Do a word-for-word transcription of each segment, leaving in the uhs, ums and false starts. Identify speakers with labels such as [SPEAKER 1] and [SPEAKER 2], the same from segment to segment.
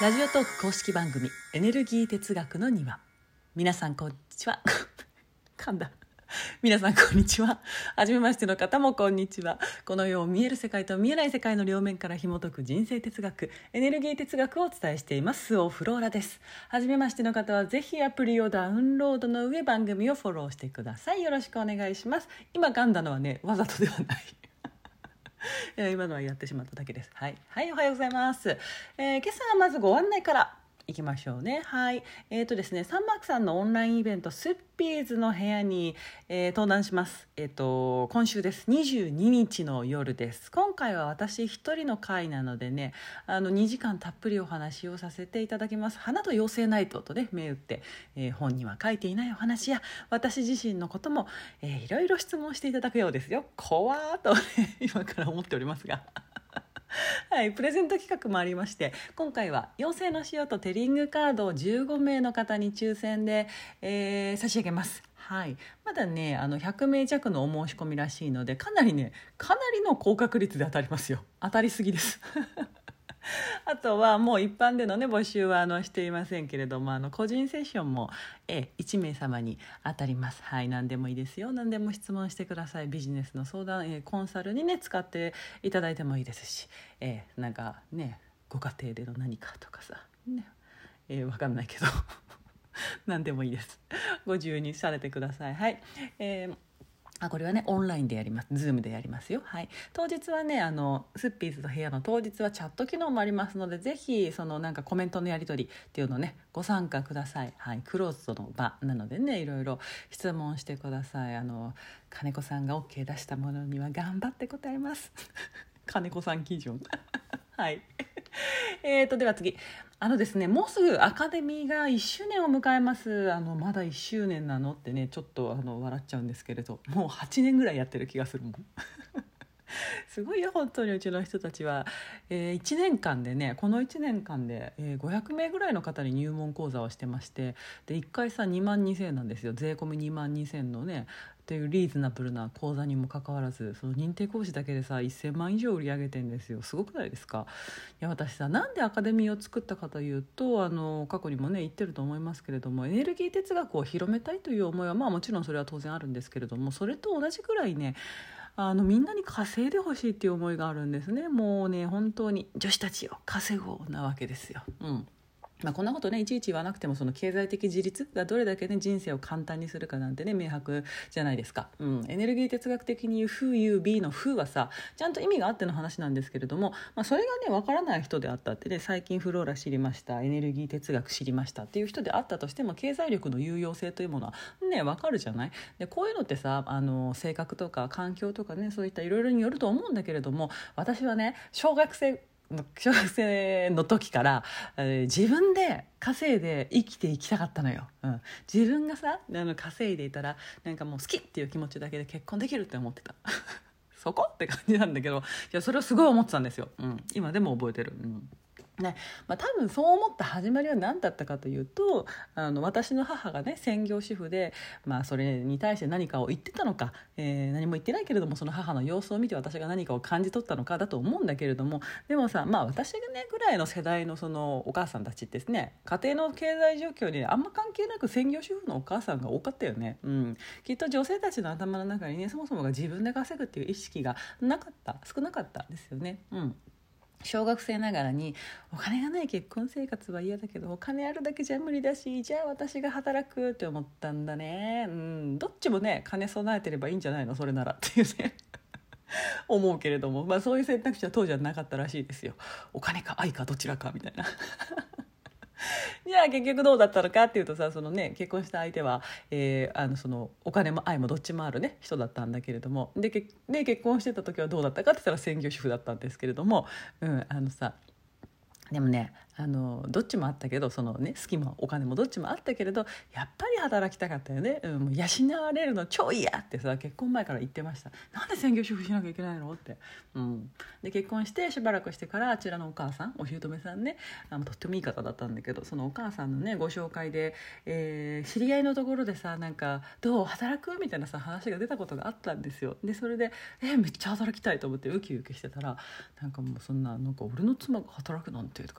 [SPEAKER 1] ラジオトーク公式番組エネルギー哲学の庭。皆さんこんにちは噛んだ皆さんこんにちは。はじめましての方もこんにちは。この世を見える世界と見えない世界の両面から紐解く人生哲学、エネルギー哲学をお伝えしていますスオフローラです。はじめましての方はぜひアプリをダウンロードの上番組をフォローしてください。よろしくお願いします。今噛んだのはね、わざとではないいや今のはやってしまっただけです。はい、はい、おはようございます。えー、今朝はまずご案内からいきましょうね。はい、えーとですね、サンマークさんのオンラインイベントスッピーズの部屋に、えー、登壇します。えーと今週です。にじゅうににちの夜です。今回は私一人の会なのでね、あのにじかんたっぷりお話をさせていただきます。花と妖精ナイトとね銘打って、えー、本には書いていないお話や私自身のことも、えー、いろいろ質問していただくようですよ。怖ーと、ね、今から思っておりますがはい、プレゼント企画もありまして、今回は妖精の塩とテリングカードをじゅうごめいの方に抽選で、えー、差し上げます。はい、まだねあのひゃくめい弱のお申し込みらしいので、かなりねかなりの高確率で当たりますよ。当たりすぎですあとはもう一般での、ね、募集はあのしていませんけれども、あの個人セッションも、えいちめい様に当たります。はい、何でもいいですよ。何でも質問してください。ビジネスの相談、えコンサルにね使っていただいてもいいですし、えー、なんかねご家庭での何かとかさ、ねえー、分かんないけど何でもいいです。ご自由にされてください。はい、えーあこれはねオンラインでやります。ズームでやりますよ。はい、当日はねあのスッピーズの部屋の当日はチャット機能もありますので、ぜひそのなんかコメントのやり取りっていうのをねご参加ください。はい、クローズドの場なのでね、いろいろ質問してください。あの金子さんが オーケー 出したものには頑張って答えます金子さん基準はいえーとでは次、あのですねもうすぐアカデミーがいっしゅうねんを迎えます。あのまだいっしゅうねんなのってねちょっとあの笑っちゃうんですけれど、もうはちねんぐらいやってる気がするもんすごいよ本当に。うちの人たちは、えー、いちねんかんでねこのいちねんかんで、えー、ごひゃくめいぐらいの方に入門講座をしてまして、でいっかいさにまんにせんえんなんですよ。税込みにまんにせんえんのねっていうリーズナブルな講座にもかかわらず、その認定講師だけでさせんまん以上売り上げてんですよ。すごくないですか。いや私さ、なんでアカデミーを作ったかというと、あの過去にもね言ってると思いますけれども、エネルギー哲学を広めたいという思いはまあもちろんそれは当然あるんですけれども、それと同じくらいねあのみんなに稼いでほしいっていう思いがあるんですね。もうね本当に女子たちよ稼ごうなわけですよ。うんまあ、こんなことねいちいち言わなくても、その経済的自立がどれだけね人生を簡単にするかなんてね明白じゃないですか。うん、エネルギー哲学的に言う Who you be の Who はさちゃんと意味があっての話なんですけれども、まあ、それがねわからない人であったってね、最近フローラ知りました、エネルギー哲学知りましたっていう人であったとしても、経済力の有用性というものはねわかるじゃない。でこういうのってさあの性格とか環境とかねそういったいろいろによると思うんだけれども、私はね小学生小学生の時から、えー、自分で稼いで生きていきたかったのよ、うん、自分がさあの稼いでいたらなんかもう好きっていう気持ちだけで結婚できるって思ってたそこって感じなんだけど、いやそれをすごい思ってたんですよ、うん、今でも覚えてる、うんねまあ、多分そう思った始まりは何だったかというと、あの私の母がね専業主婦で、まあ、それに対して何かを言ってたのか、えー、何も言ってないけれどもその母の様子を見て私が何かを感じ取ったのかだと思うんだけれども、でもさ、まあ、私がねぐらいの世代のそのお母さんたちってですね、家庭の経済状況にあんま関係なく専業主婦のお母さんが多かったよね、うん、きっと女性たちの頭の中にねそもそもが自分で稼ぐっていう意識がなかった少なかったですよね。うん小学生ながらにお金がない結婚生活は嫌だけどお金あるだけじゃ無理だし、じゃあ私が働くって思ったんだね。うんどっちもね金備えてればいいんじゃないのそれならっていうね思うけれども、まあ、そういう選択肢は当時はなかったらしいですよ。お金か愛かどちらかみたいなじゃあ結局どうだったのかっていうとさ、そのね結婚した相手は、えー、あのそのお金も愛もどっちもあるね人だったんだけれども、でけで結婚してた時はどうだったかって言ったら専業主婦だったんですけれども、うん、あのさでもねあのどっちもあったけど、そのね好きもお金もどっちもあったけれどやっぱり働きたかったよね、うん、もう養われるの超嫌ってさ結婚前から言ってました。なんで専業主婦しなきゃいけないのって、うん、で結婚してしばらくしてからあちらのお母さんお姑さんねあのとってもいい方だったんだけど、そのお母さんのねご紹介で、えー、知り合いのところでさなんかどう働くみたいなさ話が出たことがあったんですよ。でそれでえめっちゃ働きたいと思ってウキウキしてたら、なんかもうそんななんか俺の妻が働くなんてとか言ってさ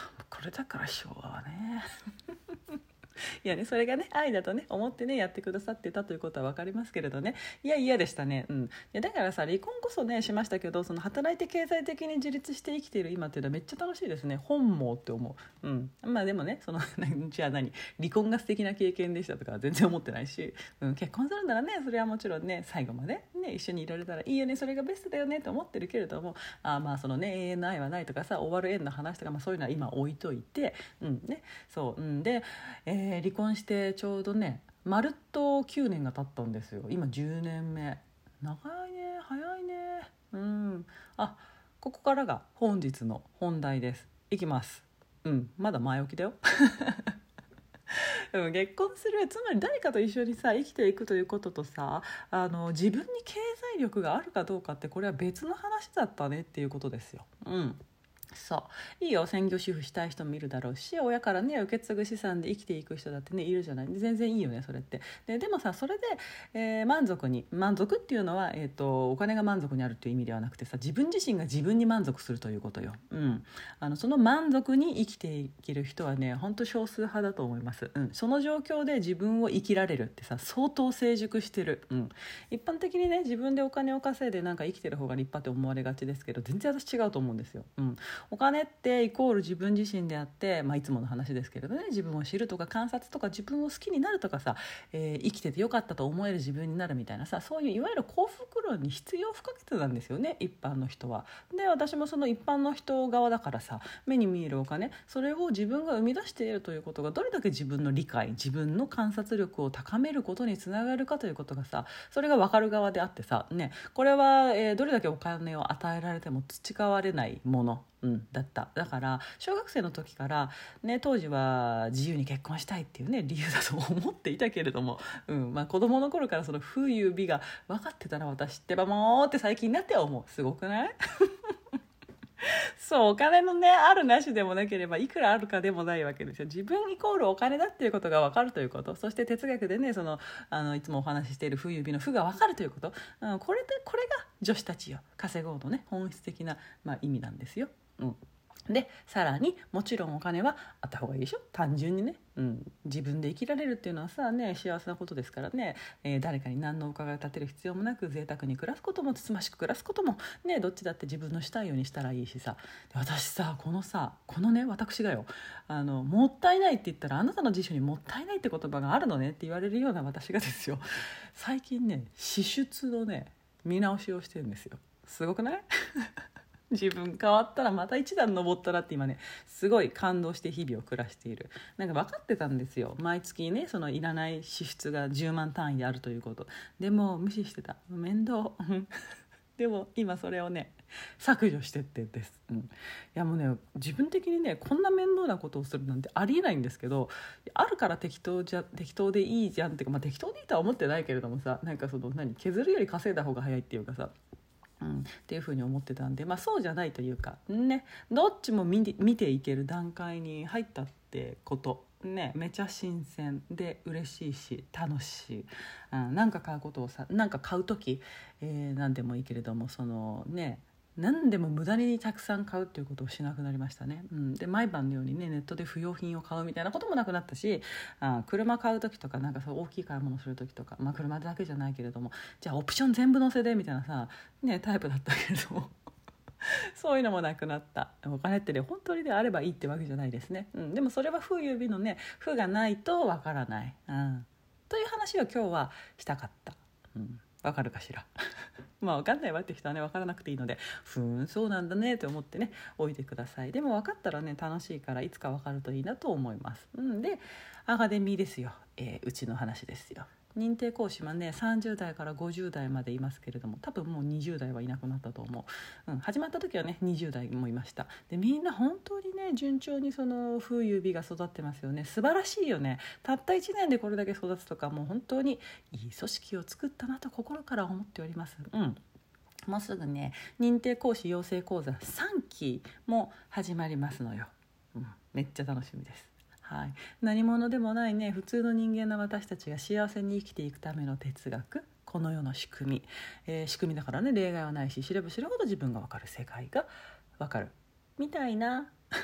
[SPEAKER 1] これだから昭和はねいやね、それがね愛だとね思ってねやってくださってたということは分かりますけれどね、いや嫌でしたね。うん、いやだからさ離婚こそねしましたけど、その働いて経済的に自立して生きている今っていうのはめっちゃ楽しいですね。本望って思う。うん、まあでもねそのじゃあ何離婚が素敵な経験でしたとかは全然思ってないし、うん、結婚するならねそれはもちろんね最後までね一緒にいられたらいいよね、それがベストだよねと思ってるけれども、あまあそのね永遠の愛はないとかさ終わる縁の話とか、まあ、そういうのは今置いといて、うんねそう、うん、で、えー離婚してちょうどねまるっときゅうねんが経ったんですよ。今じゅうねんめ。長いね、早いね。うんあここからが本日の本題です。いきます。うんまだ前置きだよでも結婚する、つまり誰かと一緒にさ生きていくということとさ、あの自分に経済力があるかどうかって、これは別の話だったねっていうことですよ。うんそういいよ、専業主婦したい人もいるだろうし、親からね受け継ぐ資産で生きていく人だってねいるじゃない。全然いいよねそれって。ででもさそれで、えー満足に満足っていうのは、えー、とお金が満足にあるっていう意味ではなくてさ、自分自身が自分に満足するということよ。うん、あのその満足に生きていける人はね本当少数派だと思います。うん、その状況で自分を生きられるってさ相当成熟してる。うん、一般的にね自分でお金を稼いでなんか生きてる方が立派って思われがちですけど、全然私違うと思うんですよ。うんお金ってイコール自分自身であって、まあ、いつもの話ですけれどね、自分を知るとか観察とか自分を好きになるとかさ、えー生きててよかったと思える自分になるみたいなさ、そういういわゆる幸福論に必要不可欠なんですよね一般の人は。で私もその一般の人側だからさ、目に見えるお金、それを自分が生み出しているということがどれだけ自分の理解、自分の観察力を高めることにつながるかということがさ、それが分かる側であってさね、これは、えーどれだけお金を与えられても培われないもの、うん、だっただから小学生の時から、ね、当時は自由に結婚したいっていうね理由だと思っていたけれども、うんまあ、子供の頃からその風流美が分かってたら私ってばもうって最近になっては思う。すごくないそうお金のねあるなしでもなければいくらあるかでもないわけですよ。自分イコールお金だっていうことが分かるということ、そして哲学でねそのあのいつもお話ししている風流美の負が分かるということ、うん、これでこれが女子たちよ稼ごうのね本質的な、まあ、意味なんですよ。うんでさらにもちろんお金はあった方がいいでしょ。単純にね、うん、自分で生きられるっていうのはさね幸せなことですからね、えー誰かに何のお伺いを立てる必要もなく贅沢に暮らすこともつつましく暮らすこともねどっちだって自分のしたいようにしたらいいしさ。で私さこのさこのね私がよあのもったいないって言ったらあなたの辞書にもったいないって言葉があるのねって言われるような私がですよ、最近ね支出のね見直しをしてるんですよ。すごくない自分変わったらまた一段登ったらって今ねすごい感動して日々を暮らしている。なんか分かってたんですよ、毎月ねそのいらない支出がじゅうまん単位であるということ。でも無視してた、面倒でも今それをね削除してってんです、うん、いやもうね自分的にねこんな面倒なことをするなんてありえないんですけど、あるから適当じゃ適当でいいじゃんっていうか、まあ、適当でいいとは思ってないけれどもさ、なんかその何削るより稼いだ方が早いっていうかさ、うん、っていうふうに思ってたんで、まあ、そうじゃないというかね、どっちも見て見ていける段階に入ったってことね、めちゃ新鮮で嬉しいし楽しい、うん、なんか買うことをさなんか買う時、えー、何でもいいけれどもそのね何でも無駄にたくさん買うっていうことをしなくなりましたね、うん、で毎晩のようにねネットで不要品を買うみたいなこともなくなったし、あ車買う時とかなんかそう大きい買い物する時とか、まあ、車だけじゃないけれどもじゃあオプション全部載せでみたいなさ、ね、タイプだったけれどもそういうのもなくなった。お金ってね本当にであればいいってわけじゃないですね、うん、でもそれは風流美のね負がないとわからない、うん、という話を今日はしたかった、うん、わかるかしらまあ分かんないわって人はね分からなくていいので、ふーんそうなんだねって思ってねおいてください。でも分かったらね楽しいからいつか分かるといいなと思います、うん、でアカデミーですよ、えーうちの話ですよ。認定講師はねさんじゅう代からごじゅう代までいますけれども、多分もうにじゅう代はいなくなったと思う、うん、始まった時はねにじゅう代もいました。でみんな本当にね順調にその風流美が育ってますよね。素晴らしいよね。たったいちねんでこれだけ育つとか、もう本当にいい組織を作ったなと心から思っております。うんもうすぐね認定講師養成講座さんきも始まりますのよ、うん、めっちゃ楽しみです。はい、何者でもないね普通の人間の私たちが幸せに生きていくための哲学、この世の仕組み、えー仕組みだからね例外はないし、知れば知るほど自分が分かる世界が分かるみたいな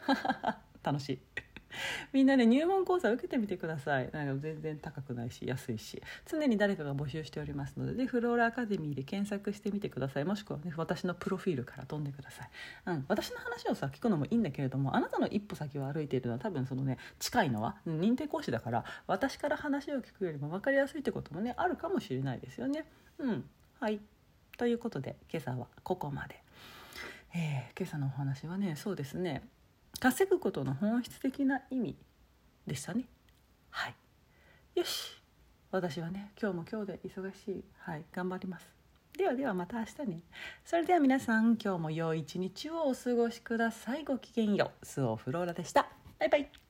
[SPEAKER 1] 楽しい。みんなね入門講座受けてみてください。なんか全然高くないし安いし、常に誰かが募集しておりますので、でフローラアカデミーで検索してみてください。もしくはね私のプロフィールから飛んでください。うん、私の話をさ聞くのもいいんだけれども、あなたの一歩先を歩いているのは多分そのね近いのは認定講師だから、私から話を聞くよりも分かりやすいってこともねあるかもしれないですよね。うん、はいということで今朝はここまで。えー、今朝のお話はねそうですね、稼ぐことの本質的な意味でしたね。はい。よし。私はね、今日も今日で忙しい。はい、頑張ります。ではではまた明日ね。それでは皆さん、今日も良い一日をお過ごしください。ごきげんよう。スオフローラでした。バイバイ。